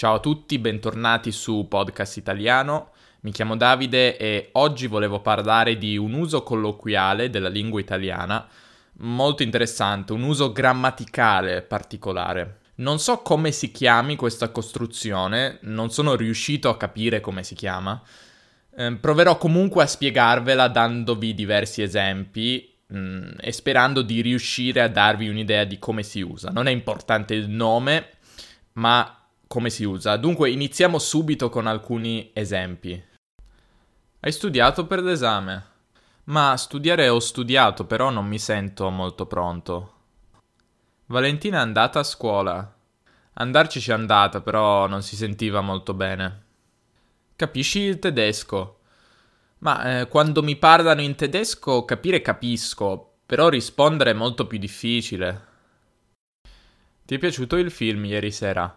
Ciao a tutti, bentornati su Podcast Italiano. Mi chiamo Davide e oggi volevo parlare di un uso colloquiale della lingua italiana molto interessante, un uso grammaticale particolare. Non so come si chiami questa costruzione, non sono riuscito a capire come si chiama. Proverò comunque a spiegarvela dandovi diversi esempi e sperando di riuscire a darvi un'idea di come si usa. Non è importante il nome, ma come si usa. Dunque, iniziamo subito con alcuni esempi. Hai studiato per l'esame? Ma studiare ho studiato, però non mi sento molto pronto. Valentina è andata a scuola. Andarci c'è andata, però non si sentiva molto bene. Capisci il tedesco? Ma quando mi parlano in tedesco capire capisco, però rispondere è molto più difficile. Ti è piaciuto il film ieri sera?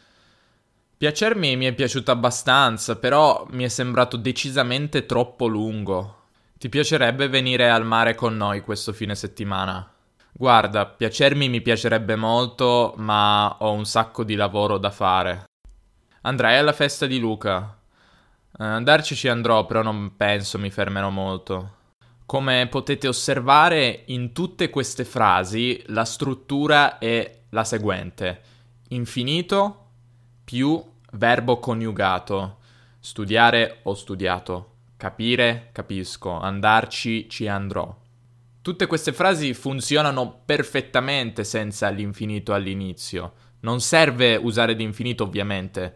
Piacermi mi è piaciuto abbastanza, però mi è sembrato decisamente troppo lungo. Ti piacerebbe venire al mare con noi questo fine settimana? Guarda, piacermi mi piacerebbe molto, ma ho un sacco di lavoro da fare. Andrai alla festa di Luca. Andarci ci andrò, però non penso mi fermerò molto. Come potete osservare, in tutte queste frasi la struttura è la seguente: infinito più verbo coniugato. Studiare ho studiato. Capire capisco. Andarci ci andrò. Tutte queste frasi funzionano perfettamente senza l'infinito all'inizio. Non serve usare l'infinito, ovviamente.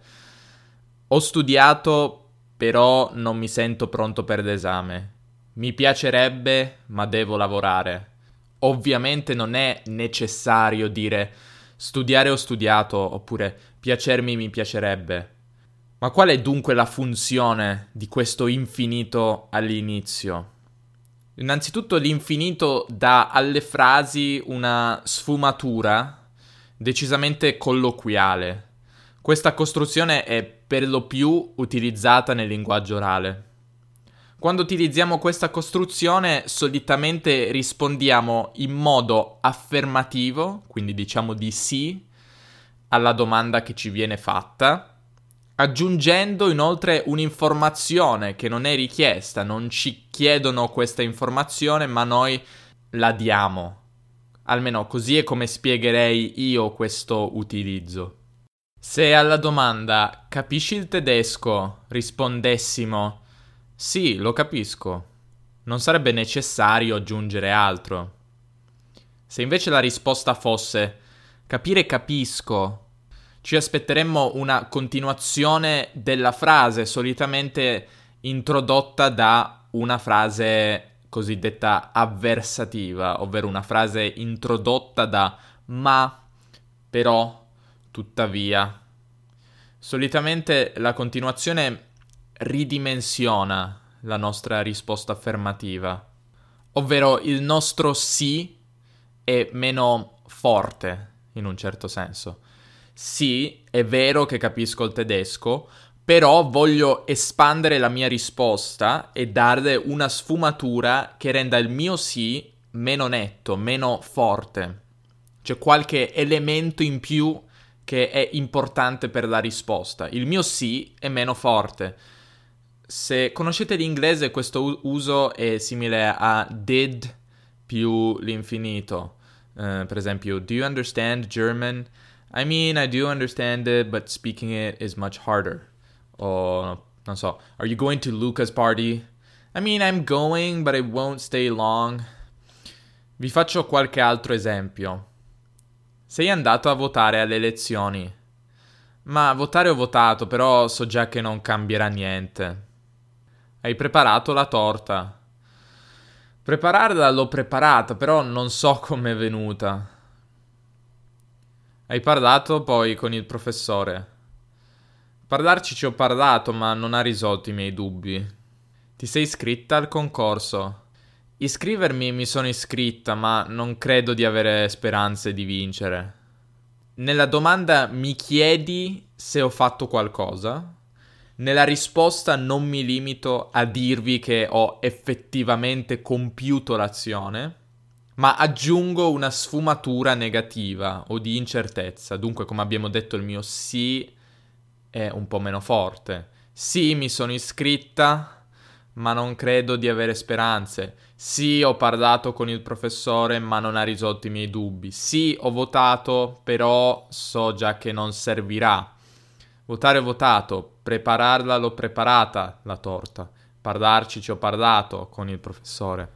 Ho studiato, però non mi sento pronto per l'esame. Mi piacerebbe, ma devo lavorare. Ovviamente non è necessario dire studiare ho studiato, oppure piacermi mi piacerebbe. Ma qual è dunque la funzione di questo infinito all'inizio? Innanzitutto l'infinito dà alle frasi una sfumatura decisamente colloquiale. Questa costruzione è per lo più utilizzata nel linguaggio orale. Quando utilizziamo questa costruzione solitamente rispondiamo in modo affermativo, quindi diciamo di sì, alla domanda che ci viene fatta, aggiungendo inoltre un'informazione che non è richiesta, non ci chiedono questa informazione, ma noi la diamo. Almeno così è come spiegherei io questo utilizzo. Se alla domanda "capisci il tedesco?" rispondessimo "sì, lo capisco", non sarebbe necessario aggiungere altro. Se invece la risposta fosse "capire capisco", ci aspetteremmo una continuazione della frase, solitamente introdotta da una frase cosiddetta avversativa, ovvero una frase introdotta da ma, però, tuttavia. Solitamente la continuazione ridimensiona la nostra risposta affermativa, ovvero il nostro sì è meno forte, in un certo senso. Sì, è vero che capisco il tedesco, però voglio espandere la mia risposta e darle una sfumatura che renda il mio sì meno netto, meno forte. C'è qualche elemento in più che è importante per la risposta. Il mio sì è meno forte. Se conoscete l'inglese, questo uso è simile a did più l'infinito. Per esempio, do you understand German? I mean, I do understand it, but speaking it is much harder. O, non so, are you going to Luca's party? I mean, I'm going, but I won't stay long. Vi faccio qualche altro esempio. Sei andato a votare alle elezioni. Ma votare ho votato, però so già che non cambierà niente. Hai preparato la torta. Prepararla l'ho preparata, però non so com'è venuta. Hai parlato poi con il professore. Parlarci ci ho parlato, ma non ha risolto i miei dubbi. Ti sei iscritta al concorso? Iscrivermi mi sono iscritta, ma non credo di avere speranze di vincere. Nella domanda mi chiedi se ho fatto qualcosa? Nella risposta non mi limito a dirvi che ho effettivamente compiuto l'azione, ma aggiungo una sfumatura negativa o di incertezza. Dunque, come abbiamo detto, il mio sì è un po' meno forte. Sì, mi sono iscritta, ma non credo di avere speranze. Sì, ho parlato con il professore, ma non ha risolto i miei dubbi. Sì, ho votato, però so già che non servirà. Votare ho votato, prepararla l'ho preparata, la torta. Parlarci ci ho parlato con il professore.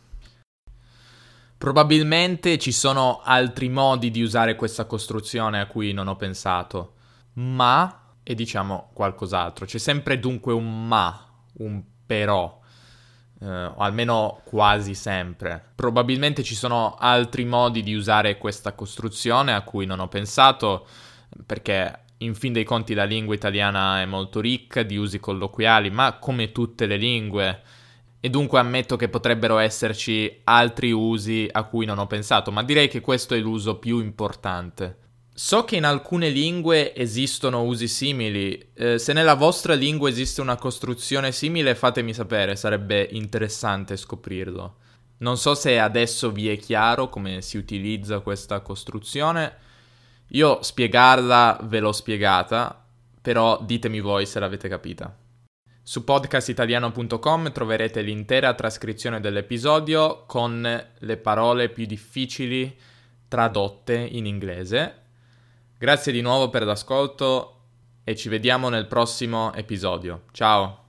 Probabilmente ci sono altri modi di usare questa costruzione a cui non ho pensato, ma, e diciamo qualcos'altro, c'è sempre dunque un ma, un però, o almeno quasi sempre. Probabilmente ci sono altri modi di usare questa costruzione a cui non ho pensato, perché in fin dei conti la lingua italiana è molto ricca di usi colloquiali, ma come tutte le lingue, e dunque ammetto che potrebbero esserci altri usi a cui non ho pensato, ma direi che questo è l'uso più importante. So che in alcune lingue esistono usi simili, se nella vostra lingua esiste una costruzione simile fatemi sapere, sarebbe interessante scoprirlo. Non so se adesso vi è chiaro come si utilizza questa costruzione, io spiegarla ve l'ho spiegata, però ditemi voi se l'avete capita. Su podcastitaliano.com troverete l'intera trascrizione dell'episodio con le parole più difficili tradotte in inglese. Grazie di nuovo per l'ascolto e ci vediamo nel prossimo episodio. Ciao!